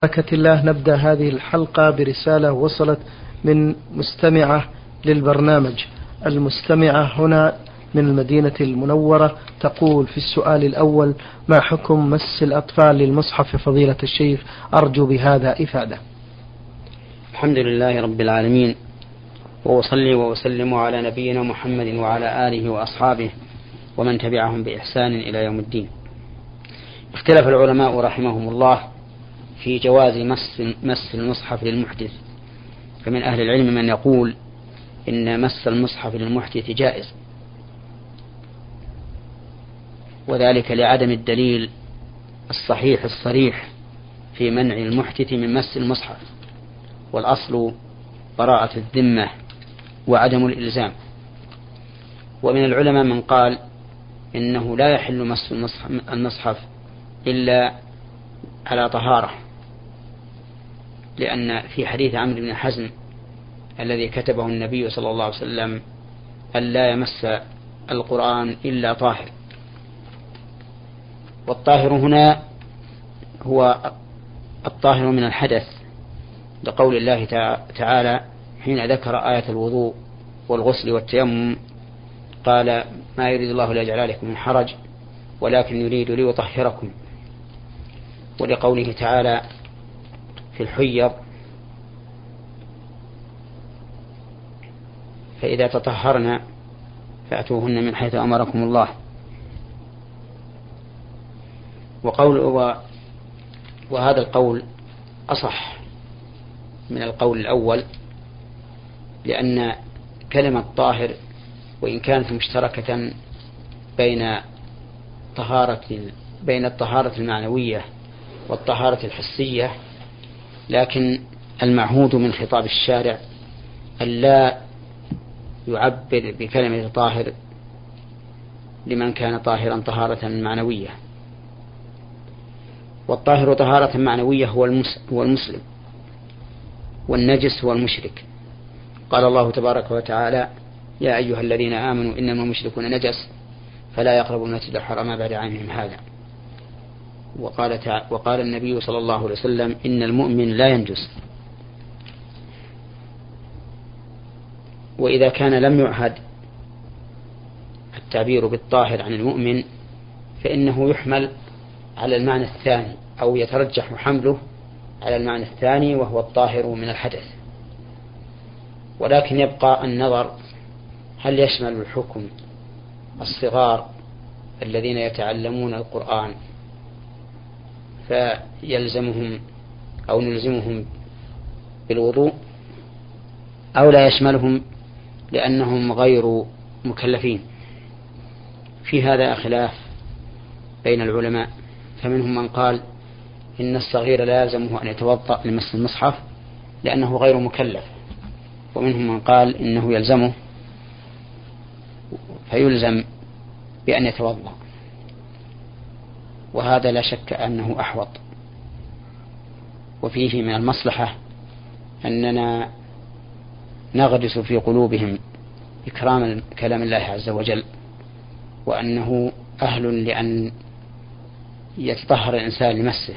بركة الله نبدأ هذه الحلقة برسالة وصلت من مستمعة للبرنامج. المستمعة هنا من المدينة المنورة، تقول في السؤال الأول: ما حكم مس الأطفال للمصحف فضيلة الشيخ؟ أرجو بهذا إفادة. الحمد لله رب العالمين، وأصلي وأسلم على نبينا محمد وعلى آله وأصحابه ومن تبعهم بإحسان إلى يوم الدين. اختلف العلماء رحمهم الله في جواز مس المصحف للمحدث، فمن أهل العلم من يقول إن مس المصحف للمحدث جائز، وذلك لعدم الدليل الصحيح الصريح في منع المحدث من مس المصحف، والأصل براءة الذمة وعدم الإلزام. ومن العلماء من قال إنه لا يحل مس المصحف إلا على طهارة، لأن في حديث عمرو بن حزم الذي كتبه النبي صلى الله عليه وسلم أن لا يمس القرآن إلا طاهر، والطاهر هنا هو الطاهر من الحدث، لقول الله تعالى حين ذكر آية الوضوء والغسل والتيمم قال: ما يريد الله ليجعل عليكم من حرج ولكن يريد ليطهركم. ولقوله تعالى في الحيض: فإذا تطهرنا فأتوهن من حيث أمركم الله. وهذا القول أصح من القول الأول، لأن كلمة طاهر وإن كانت مشتركة بين الطهارة المعنوية والطهارة الحسية، لكن المعهود من خطاب الشارع ألا يعبر بكلمة طاهر لمن كان طاهرا طهارة معنوية، والطاهر طهارة معنوية هو المسلم، والنجس هو المشرك. قال الله تبارك وتعالى: يا أيها الذين آمنوا إنما المشركون نجس فلا يقربوا المسجد الحرام بعد عامهم هذا. وقال النبي صلى الله عليه وسلم: إن المؤمن لا ينجس. وإذا كان لم يعهد التعبير بالطاهر عن المؤمن فإنه يحمل على المعنى الثاني، أو يترجح حمله على المعنى الثاني وهو الطاهر من الحدث. ولكن يبقى النظر هل يشمل الحكم الصغار الذين يتعلمون القرآن فيلزمهم أو نلزمهم بالوضوء، أو لا يشملهم لأنهم غير مكلفين. في هذا خلاف بين العلماء، فمنهم من قال إن الصغير لا يلزمه أن يتوضأ لمس المصحف لأنه غير مكلف، ومنهم من قال إنه يلزمه فيلزم بأن يتوضأ، وهذا لا شك أنه أحوط. وفيه من المصلحة أننا نغرس في قلوبهم إكرام كلام الله عز وجل، وأنه أهل لأن يتطهر الإنسان لمسه.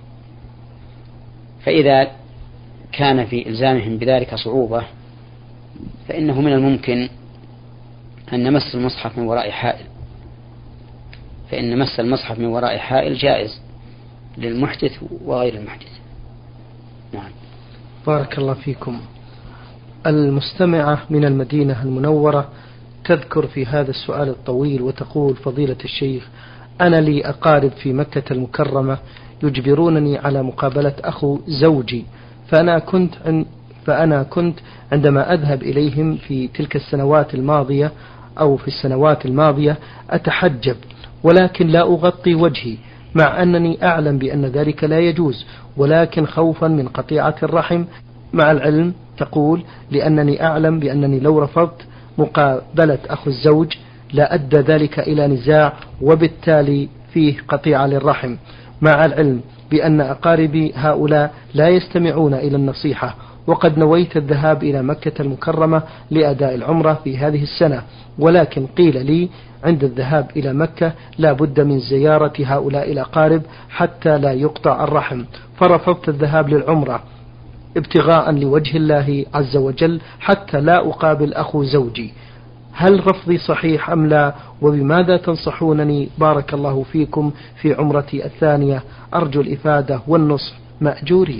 فإذا كان في إلزامهم بذلك صعوبة فإنه من الممكن أن نمس المصحف من وراء حائل، فإن مس المصحف من وراء حائل جائز للمحدث وغير المحدث. نعم. بارك الله فيكم. المستمعة من المدينة المنورة تذكر في هذا السؤال الطويل وتقول: فضيلة الشيخ، أنا لي أقارب في مكة المكرمة يجبرونني على مقابلة أخو زوجي، فأنا كنت عندما أذهب إليهم في تلك السنوات الماضية أو في السنوات الماضية أتحجب، ولكن لا أغطي وجهي، مع أنني أعلم بأن ذلك لا يجوز، ولكن خوفا من قطيعة الرحم. مع العلم تقول لأنني أعلم بأنني لو رفضت مقابلة أخو الزوج لا أدى ذلك إلى نزاع وبالتالي فيه قطيعة للرحم، مع العلم بأن أقاربي هؤلاء لا يستمعون إلى النصيحة وقد نويت الذهاب إلى مكة المكرمة لأداء العمرة في هذه السنة، ولكن قيل لي عند الذهاب إلى مكة لا بد من زيارة هؤلاء الأقارب حتى لا يقطع الرحم، فرفضت الذهاب للعمرة ابتغاء لوجه الله عز وجل حتى لا أقابل أخو زوجي. هل رفضي صحيح أم لا؟ وبماذا تنصحونني بارك الله فيكم في عمرتي الثانية؟ أرجو الإفادة والنصح مأجورين.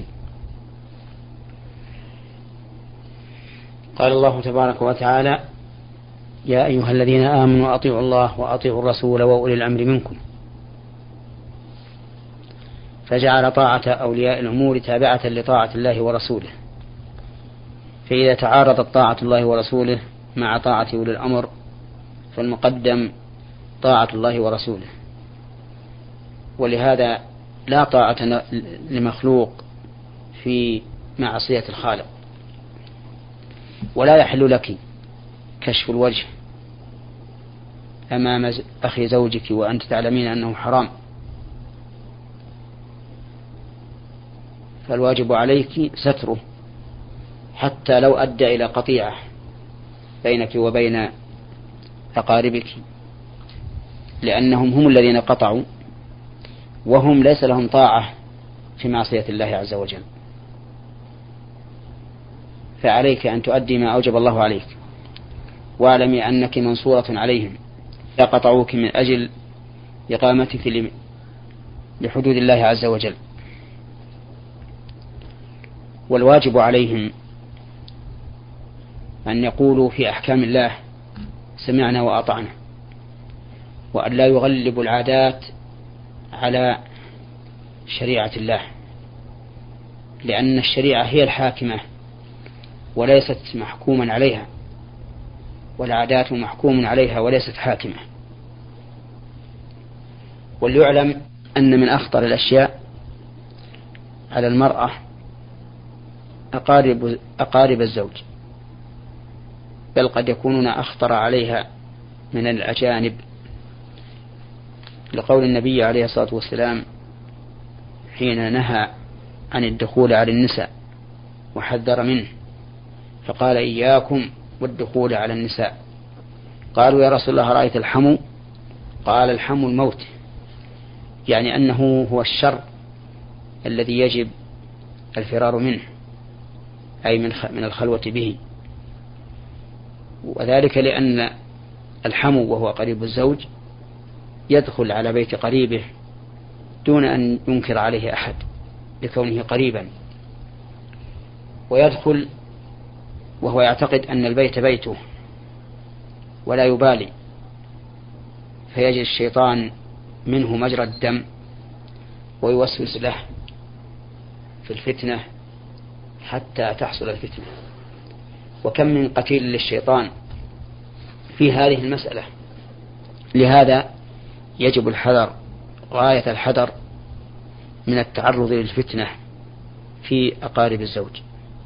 قال الله تبارك وتعالى: يا أيها الذين آمنوا أطيعوا الله وأطيعوا الرسول وأولي الأمر منكم، فجعل طاعة أولياء الأمور تابعة لطاعة الله ورسوله، فإذا تعارضت طاعة الله ورسوله مع طاعة أولي الأمر فالمقدم طاعة الله ورسوله. ولهذا لا طاعة لمخلوق في معصية الخالق، ولا يحل لك كشف الوجه أمام أخي زوجك وأنت تعلمين أنه حرام، فالواجب عليك ستره حتى لو أدى إلى قطيعة بينك وبين أقاربك، لأنهم هم الذين قطعوا وهم ليس لهم طاعة في معصية الله عز وجل. فعليك أن تؤدي ما أوجب الله عليك، واعلمي أنك منصورة عليهم إذا قطعوك من أجل إقامتك لحدود الله عز وجل. والواجب عليهم أن يقولوا في أحكام الله سمعنا وأطعنا، وأن لا يغلبوا العادات على شريعة الله، لأن الشريعة هي الحاكمة وليست محكوما عليها، والعادات محكوم عليها وليست حاكمة. وليعلم أن من أخطر الأشياء على المرأة أقارب الزوج، بل قد يكونون أخطر عليها من الأجانب، لقول النبي عليه الصلاة والسلام حين نهى عن الدخول على النساء وحذر منه، فقال: إياكم والدخول على النساء. قالوا: يا رسول الله رأيت الحمو؟ قال: الحمو الموت، يعني أنه هو الشر الذي يجب الفرار منه، أي من الخلوة به. وذلك لأن الحمو وهو قريب الزوج يدخل على بيت قريبه دون أن ينكر عليه أحد لكونه قريبا، ويدخل وهو يعتقد أن البيت بيته ولا يبالي، فيجد الشيطان منه مجرى الدم ويوسوس له في الفتنة حتى تحصل الفتنة. وكم من قتيل للشيطان في هذه المسألة. لهذا يجب الحذر غاية الحذر من التعرض للفتنة في أقارب الزوج.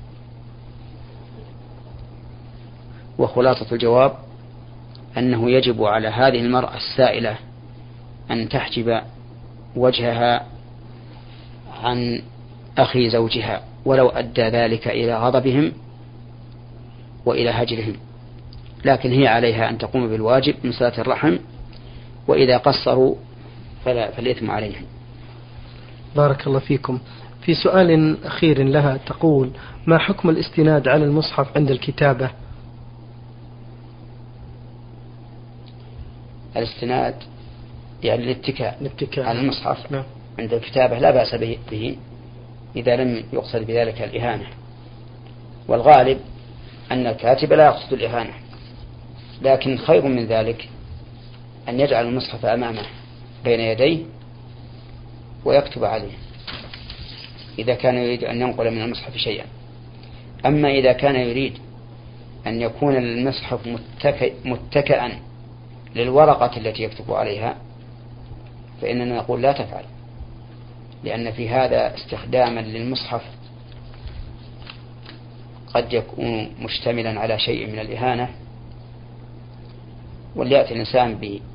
وخلاصة الجواب أنه يجب على هذه المرأة السائلة أن تحجب وجهها عن أخي زوجها، ولو أدى ذلك إلى غضبهم وإلى هجرهم، لكن هي عليها أن تقوم بالواجب من صلة الرحم، وإذا قصروا فالإثم عليهم. بارك الله فيكم. في سؤال أخير لها تقول: ما حكم الاستناد على المصحف عند الكتابة؟ الاستناد يعني الاتكاء على المصحف. نعم. عند الكتابة لا بأس به إذا لم يقصد بذلك الإهانة، والغالب أن الكاتب لا يقصد الإهانة، لكن خير من ذلك أن يجعل المصحف أمامه بين يديه ويكتب عليه إذا كان يريد أن ينقل من المصحف شيئا. أما إذا كان يريد أن يكون المصحف متكئا للورقة التي يكتب عليها فإننا نقول لا تفعل، لأن في هذا استخداما للمصحف قد يكون مشتملا على شيء من الإهانة، وليأتي الإنسان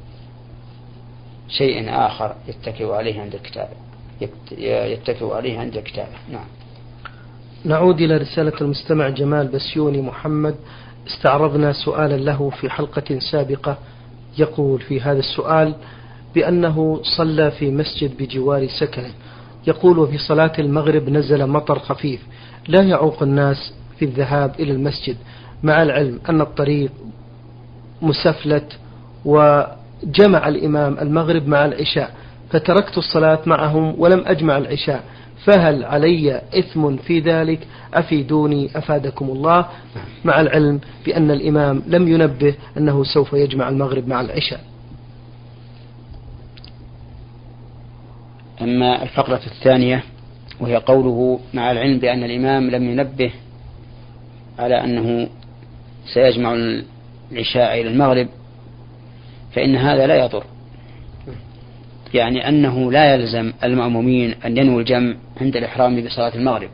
بشيء آخر يتكئ عليه عند الكتابة. نعم. نعود إلى رسالة المستمع جمال بسيوني محمد. استعرضنا سؤالا له في حلقة سابقة، يقول في هذا السؤال بأنه صلى في مسجد بجوار سكنه، يقول وفي صلاة المغرب نزل مطر خفيف لا يعوق الناس في الذهاب إلى المسجد، مع العلم أن الطريق مسفلت، وجمع الإمام المغرب مع العشاء فتركت الصلاة معهم ولم أجمع العشاء، فهل علي إثم في ذلك؟ أفيدوني أفادكم الله، مع العلم بأن الإمام لم ينبه أنه سوف يجمع المغرب مع العشاء. أما الفقرة الثانية وهي قوله مع العلم بأن الإمام لم ينبه على أنه سيجمع العشاء إلى المغرب، فإن هذا لا يضر، يعني أنه لا يلزم المأمومين أن ينووا الجمع عند الإحرام بصلاة المغرب،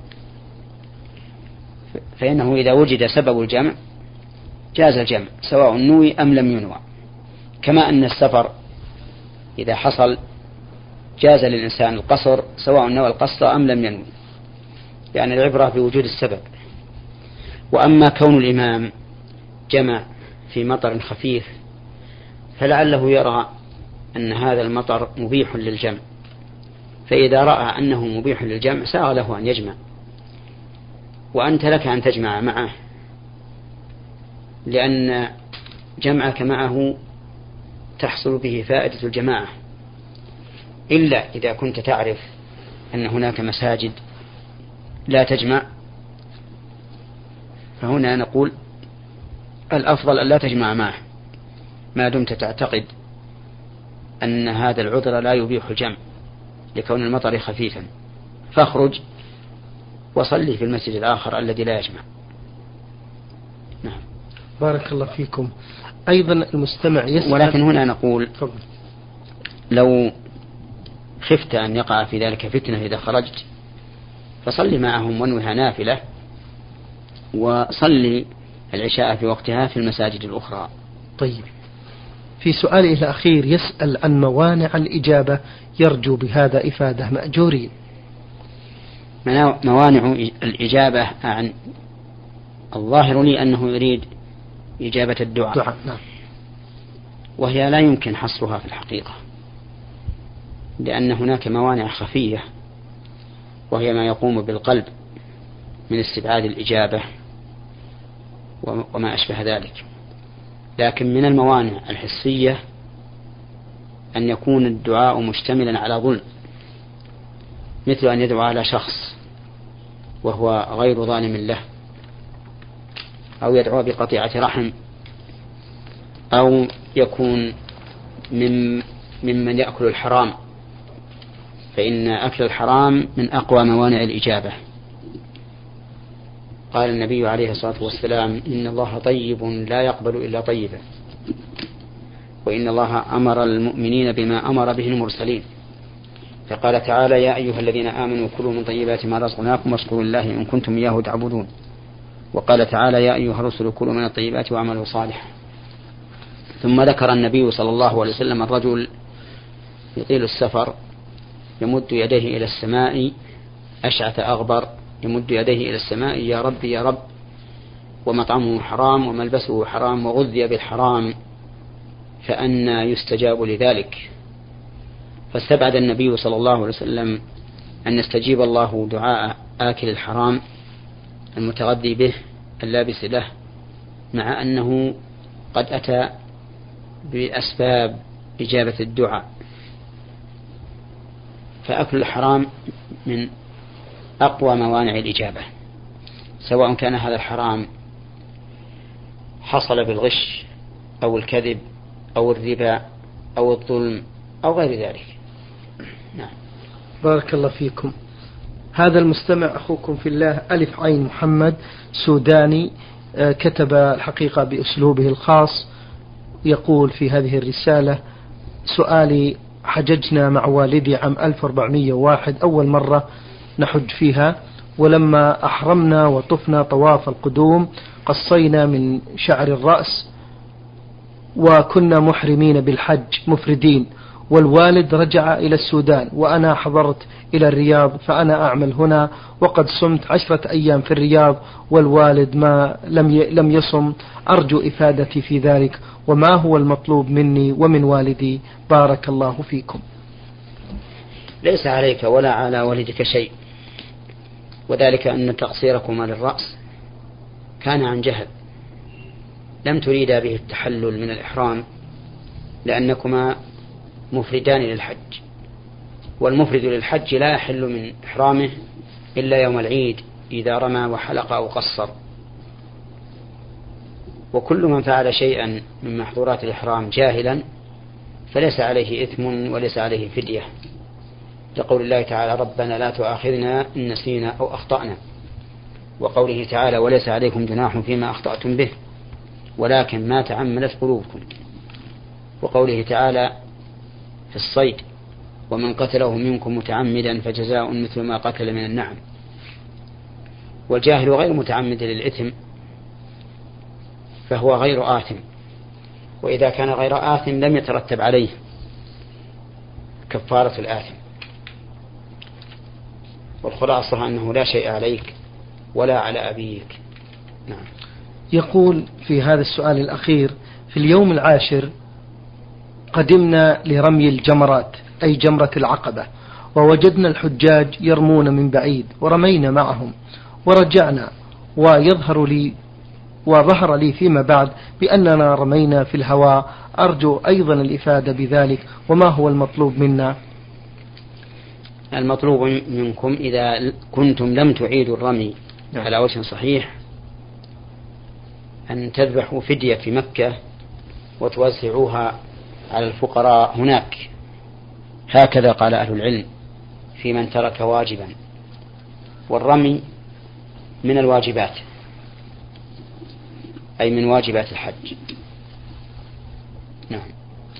فإنه إذا وجد سبب الجمع جاز الجمع سواء نوي أم لم ينوى، كما أن السفر إذا حصل جاز للإنسان القصر سواء نوى القصر أم لم ينوي، يعني العبرة بوجود السبب. وأما كون الإمام جمع في مطر خفيف فلعله يرى أن هذا المطر مبيح للجمع، فإذا رأى أنه مبيح للجمع ساغ له أن يجمع، وأنت لك أن تجمع معه، لأن جمعك معه تحصل به فائدة الجماعة، إلا إذا كنت تعرف أن هناك مساجد لا تجمع، فهنا نقول الأفضل أن لا تجمع معه ما دمت تعتقد أن هذا العذر لا يبيح الجمع لكون المطر خفيفا، فاخرج وصلي في المسجد الآخر الذي لا يجمع. نعم. بارك الله فيكم. أيضا المستمع يسأل، ولكن هنا نقول لو خفت أن يقع في ذلك فتنة إذا خرجت فصلي معهم وانوها نافلة، وصلي العشاء في وقتها في المساجد الأخرى. طيب، في سؤاله الأخير يسأل عن موانع الإجابة، يرجو بهذا إفادة مأجورين. موانع الإجابة عن الظاهر لي أنه يريد إجابة الدعاء، نعم. وهي لا يمكن حصرها في الحقيقة، لأن هناك موانع خفية وهي ما يقوم بالقلب من استبعاد الإجابة وما أشبه ذلك. لكن من الموانع الحسية أن يكون الدعاء مشتملا على ظلم، مثل أن يدعو على شخص وهو غير ظالم له، أو يدعو بقطيعة رحم، أو يكون ممن يأكل الحرام، فإن أكل الحرام من أقوى موانع الإجابة. قال النبي عليه الصلاة والسلام إن الله طيب لا يقبل إلا طيبا، وإن الله أمر المؤمنين بما أمر به المرسلين، فقال تعالى يا أيها الذين آمنوا كلوا من طيبات ما رزقناكم واشكروا الله إن كنتم إياه تعبدون، وقال تعالى يا أيها الرسل كلوا من الطيبات واعملوا صالحا. ثم ذكر النبي صلى الله عليه وسلم الرجل يطيل السفر يمد يديه إلى السماء أشعث أغبر، يمد يديه إلى السماء يا رب يا رب، ومطعمه حرام وملبسه حرام وغذي بالحرام، فأنى يستجاب لذلك؟ فاستبعد النبي صلى الله عليه وسلم أن يستجيب الله دعاء آكل الحرام المتغذي به اللابس له، مع أنه قد أتى بأسباب إجابة الدعاء. فأكل الحرام من أقوى موانع الإجابة، سواء كان هذا الحرام حصل بالغش أو الكذب أو الربا أو الظلم أو غير ذلك. نعم. بارك الله فيكم. هذا المستمع أخوكم في الله ألف عين محمد سوداني، كتب الحقيقة بأسلوبه الخاص، يقول في هذه الرسالة سؤالي: حججنا مع والدي عام 1401 أول مرة نحج فيها، ولما أحرمنا وطفنا طواف القدوم قصينا من شعر الرأس، وكنا محرمين بالحج مفردين، والوالد رجع إلى السودان وأنا حضرت إلى الرياض، فأنا أعمل هنا وقد صمت 10 أيام في الرياض والوالد ما لم يصم، أرجو إفادتي في ذلك، وما هو المطلوب مني ومن والدي؟ بارك الله فيكم. ليس عليك ولا على والدك شيء، وذلك أن تقصيركما للرأس كان عن جهل، لم تريدا به التحلل من الإحرام لأنكما مفردان للحج، والمفرد للحج لا يحل من إحرامه إلا يوم العيد إذا رمى وحلق أو قصر. وكل من فعل شيئا من محظورات الإحرام جاهلا فليس عليه إثم وليس عليه فدية، لقول الله تعالى ربنا لا تؤاخذنا إن نسينا أو أخطأنا، وقوله تعالى وليس عليكم جناح فيما أخطأتم به ولكن ما تعمدت قلوبكم، وقوله تعالى في الصيد ومن قتله منكم متعمدا فجزاء مثل ما قتل من النعم. والجاهل غير متعمد للإثم فهو غير آثم، وإذا كان غير آثم لم يترتب عليه كفارة الآثم. والخلاصة أنه لا شيء عليك ولا على أبيك. نعم. يقول في هذا السؤال الأخير: في اليوم 10 قدمنا لرمي الجمرات أي جمرة العقبة، ووجدنا الحجاج يرمون من بعيد ورمينا معهم ورجعنا، وظهر لي فيما بعد بأننا رمينا في الهواء، أرجو أيضا الإفادة بذلك، وما هو المطلوب منا؟ المطلوب منكم إذا كنتم لم تعيدوا الرمي على وجه صحيح أن تذبحوا فدية في مكة وتوزعوها على الفقراء هناك، هكذا قال أهل العلم في من ترك واجبا. والرمي من الواجبات أي من واجبات الحج. نعم.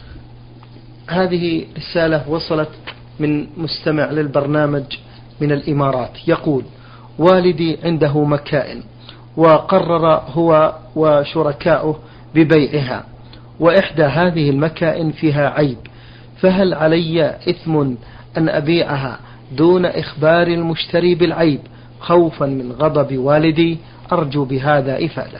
هذه رسالة وصلت من مستمع للبرنامج من الإمارات، يقول: والدي عنده مكائن وقرر هو وشركاؤه ببيعها، وإحدى هذه المكائن فيها عيب، فهل علي إثم أن أبيعها دون إخبار المشتري بالعيب خوفا من غضب والدي؟ أرجو بهذا إفادة.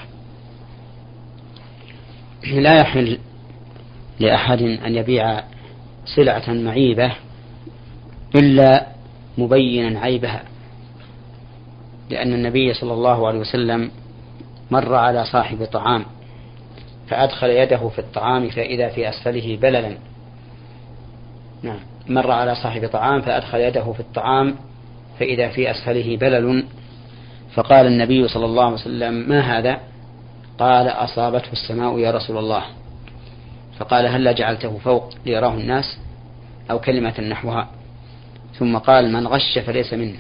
لا يحل لأحد أن يبيع سلعة معيبة إلا مبينا عيبها، لأن النبي صلى الله عليه وسلم مر على صاحب طعام فأدخل يده في الطعام فإذا في أسفله بللا. نعم، مر على صاحب طعام فأدخل يده في الطعام فإذا في أسفله بلل، فقال النبي صلى الله عليه وسلم: ما هذا؟ قال: أصابته السماء يا رسول الله. فقال: هل جعلته فوق ليراه الناس؟ أو كلمة نحوها. ثم قال: من غش فليس منا.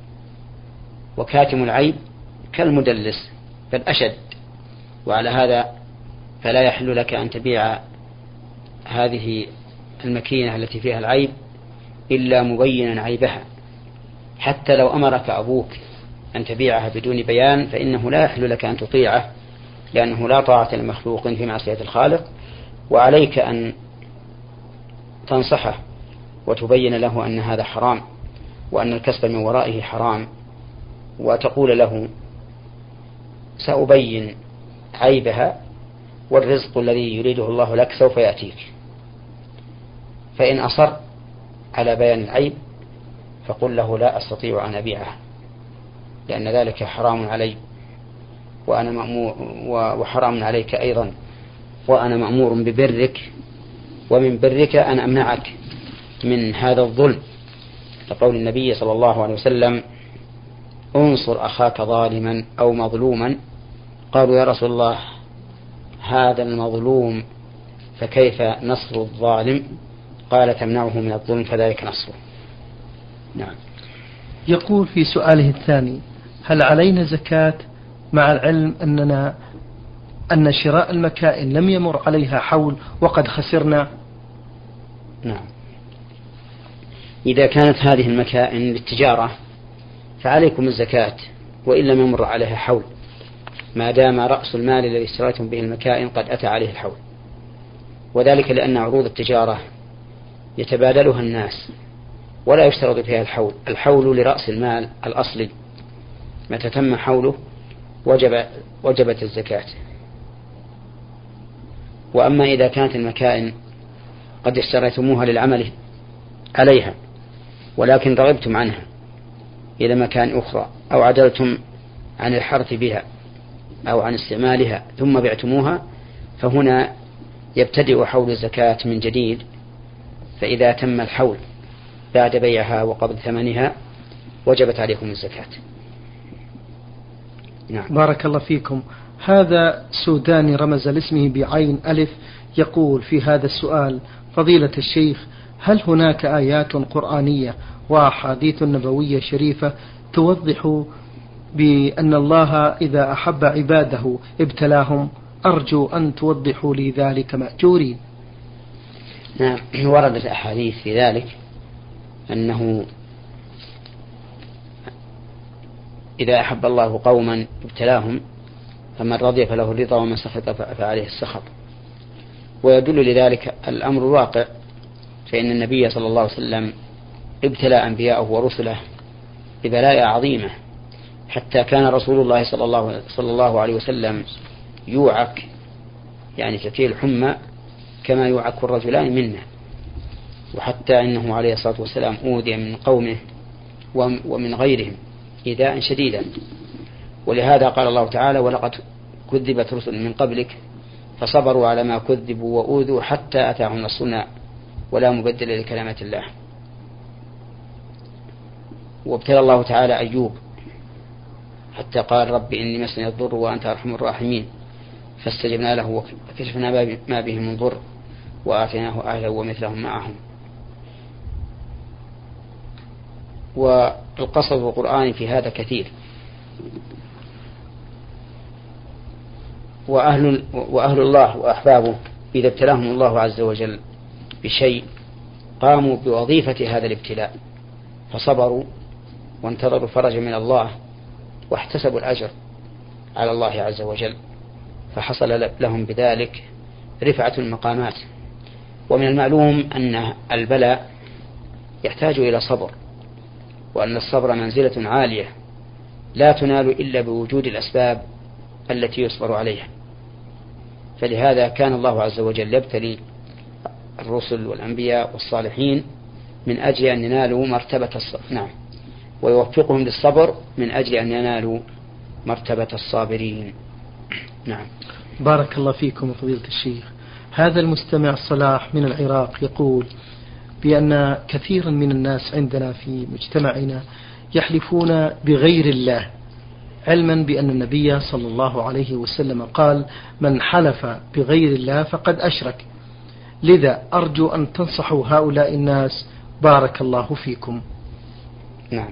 وكاتم العيب كالمدلس بل أشد، وعلى هذا فلا يحل لك أن تبيع هذه المكينة التي فيها العيب إلا مبينا عيبها، حتى لو أمرك أبوك أن تبيعها بدون بيان فإنه لا يحل لك أن تطيعه، لأنه لا طاعة لمخلوق في معصية الخالق، وعليك أن تنصحه وتبين له أن هذا حرام وأن الكسب من ورائه حرام، وتقول له: سأبين عيبها والرزق الذي يريده الله لك سوف يأتيك. فإن أصر على بيان العيب فقل له: لا أستطيع أن أبيعه لأن ذلك حرام علي وأنا مأمور وحرام عليك أيضا، وأنا مأمور ببرك ومن برك أن أمنعك من هذا الظلم، لقول النبي صلى الله عليه وسلم: انصر أخاك ظالما أو مظلوما. قالوا: يا رسول الله هذا المظلوم فكيف نصر الظالم؟ قال: تمنعه من الظلم فذلك نصره. نعم. يقول في سؤاله الثاني: هل علينا زكاة مع العلم أن شراء المكائن لم يمر عليها حول وقد خسرنا؟ نعم. إذا كانت هذه المكائن للتجارة فعليكم الزكاة وإن لم يمر عليها حول، ما دام رأس المال الذي اشتريتم به المكائن قد أتى عليه الحول، وذلك لأن عروض التجارة يتبادلها الناس ولا يشترط فيها الحول لرأس المال الأصلي، متى تم حوله وجبت الزكاة. وأما إذا كانت المكائن قد اشتريتموها للعمل عليها ولكن رغبتم عنها إلى مكان أخرى أو عدلتم عن الحرث بها أو عن استعمالها ثم بعتموها، فهنا يبتدئ حول الزكاة من جديد. فإذا تم الحول بعد بيعها وقبض ثمنها وجبت عليكم الزكاة. نعم. بارك الله فيكم. هذا سوداني رمز لاسمه بعين ألف يقول في هذا السؤال: فضيلة الشيخ، هل هناك آيات قرآنية وأحاديث نبوية شريفة توضح بأن الله إذا أحب عباده ابتلاهم؟ أرجو أن توضحوا لي ذلك مأجورين. نعم، وردت أحاديث في ذلك أنه إذا أحب الله قوما ابتلاهم، فمن رضي فله الرضا ومن سخط فعليه السخط. ويدل لذلك الأمر الواقع، فإن النبي صلى الله عليه وسلم ابتلى أنبياءه ورسله ببلاء عظيمة، حتى كان رسول الله صلى الله عليه وسلم يوعك، يعني تأتيه الحمى كما يوعك الرجلان منا، وحتى إنه عليه الصلاة والسلام أوذي من قومه ومن غيرهم إيذاء شديدا. ولهذا قال الله تعالى: ولقد كذبت رسل من قبلك فصبروا على ما كذبوا وأوذوا حتى أتاهم نصرنا ولا مبدل لكلمات الله. وابتلى الله تعالى أيوب حتى قال: رب إني مسني الضر وأنت أرحم الراحمين، فاستجبنا له وكشفنا ما به من ضر وآتيناه أهله ومثلهم معهم. والقصص القرآني في هذا كثير. وأهل الله وأحبابه إذا ابتلاهم الله عز وجل بشيء قاموا بوظيفة هذا الابتلاء، فصبروا وانتظروا الفرج من الله واحتسبوا الأجر على الله عز وجل، فحصل لهم بذلك رفعة المقامات. ومن المعلوم أن البلاء يحتاج إلى صبر، وأن الصبر منزلة عالية لا تنال إلا بوجود الأسباب التي يصبر عليها. فلهذا كان الله عز وجل يبتلي الرسل والأنبياء والصالحين من أجل أن ينالوا مرتبة نعم، ويوفقهم للصبر من أجل أن ينالوا مرتبة الصابرين. نعم. بارك الله فيكم فضيلة الشيخ. هذا المستمع صلاح من العراق يقول بأن كثيرا من الناس عندنا في مجتمعنا يحلفون بغير الله، علما بأن النبي صلى الله عليه وسلم قال: من حلف بغير الله فقد أشرك. لذا أرجو أن تنصحوا هؤلاء الناس، بارك الله فيكم. نعم،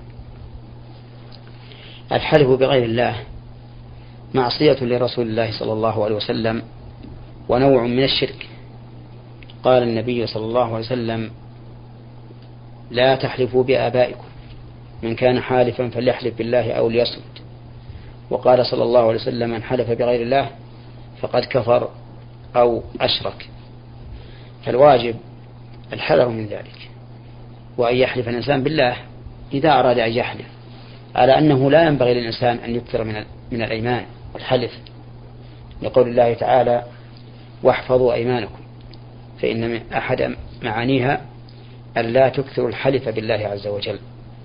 الحلف بغير الله معصية لرسول الله صلى الله عليه وسلم ونوع من الشرك. قال النبي صلى الله عليه وسلم: لا تحلفوا بآبائكم، من كان حالفا فليحلف بالله أو ليصمت. وقال صلى الله عليه وسلم: من حلف بغير الله فقد كفر أو أشرك. فالواجب الحذر من ذلك، وأن يحلف الإنسان بالله إذا أراد أن يحلف، على أنه لا ينبغي للإنسان أن يكثر من الأيمان والحلف، لقول الله تعالى: واحفظوا أيمانكم، فإن من أحد معانيها أن لا تكثروا الحلف بالله عز وجل.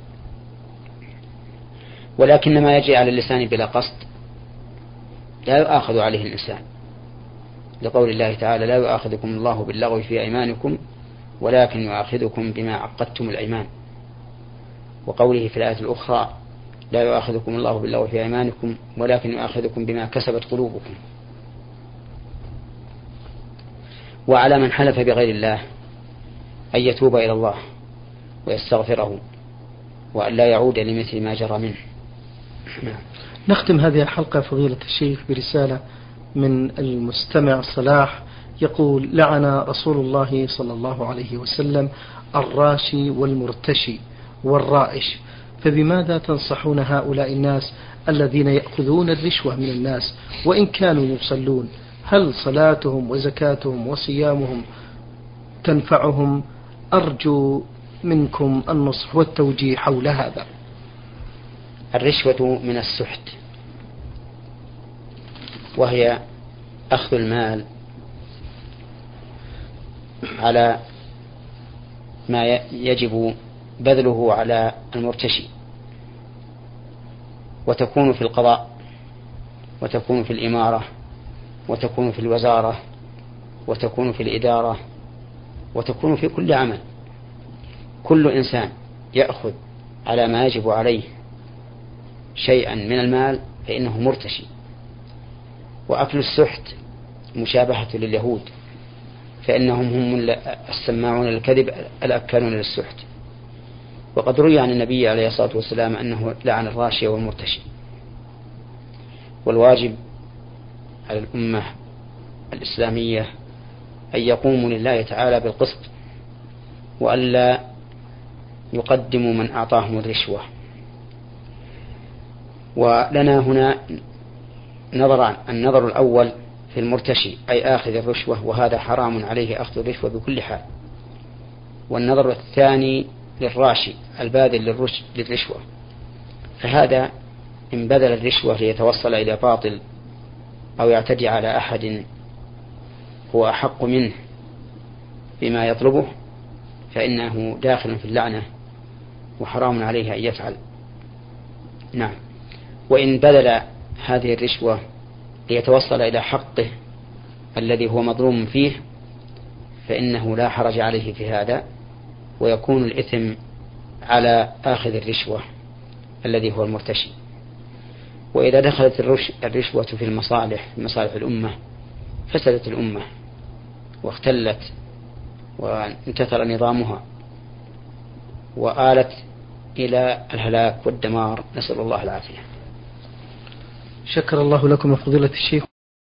ولكن ما يجري على اللسان بلا قصد لا يؤاخذ عليه الإنسان، لقول الله تعالى: لا يؤاخذكم الله باللغو في أيمانكم ولكن يؤاخذكم بما عقدتم الأيمان. وقوله في الآية الأخرى: لا يؤاخذكم الله باللغو في أيمانكم ولكن يؤاخذكم بما كسبت قلوبكم. وعلى من حلف بغير الله أن يتوب إلى الله ويستغفره، وأن لا يعود لمثل ما جرى منه. نختم هذه الحلقة فضيلة الشيخ برسالة من المستمع صلاح يقول: لعن رسول الله صلى الله عليه وسلم الراشي والمرتشي والرائش، فبماذا تنصحون هؤلاء الناس الذين يأخذون الرشوة من الناس وإن كانوا يصلون؟ هل صلاتهم وزكاتهم وصيامهم تنفعهم أرجو منكم النصح والتوجيه حول هذا. الرشوة من السحت، وهي أخذ المال على ما يجب بذله على المرتشي، وتكون في القضاء، وتكون في الإمارة، وتكون في الوزارة، وتكون في الإدارة، وتكون في كل عمل. كل إنسان يأخذ على ما يجب عليه شيئا من المال فإنه مرتشي. وأكل السحت مشابهة لليهود، فإنهم هم السماعون للكذب الأكالون للسحت. وقد روي عن النبي عليه الصلاة والسلام أنه لعن الراشي والمرتشي. والواجب على الأمة الإسلامية أن يقوموا لله تعالى بالقسط، وألا يقدموا من أعطاهم الرشوة. ولنا هنا نظران: النظر الأول في المرتشي أي آخذ الرشوة، وهذا حرام عليه أخذ الرشوة بكل حال. والنظر الثاني للراشي الباذل للرشوة، فهذا إن بذل الرشوة ليتوصل إلى باطل أو يعتدي على أحد هو أحق منه بما يطلبه فإنه داخل في اللعنة وحرام عليه أن يفعل. نعم. وإن بذل هذه الرشوة ليتوصل إلى حقه الذي هو مظلوم فيه فإنه لا حرج عليه في هذا، ويكون الإثم على آخذ الرشوة الذي هو المرتشي. وإذا دخلت الرشوة في المصالح الأمة فسدت الأمة واختلت وانتثر نظامها وآلت إلى الهلاك والدمار، نسأل الله العافية. شكر الله لكم فضيلة الشيخ.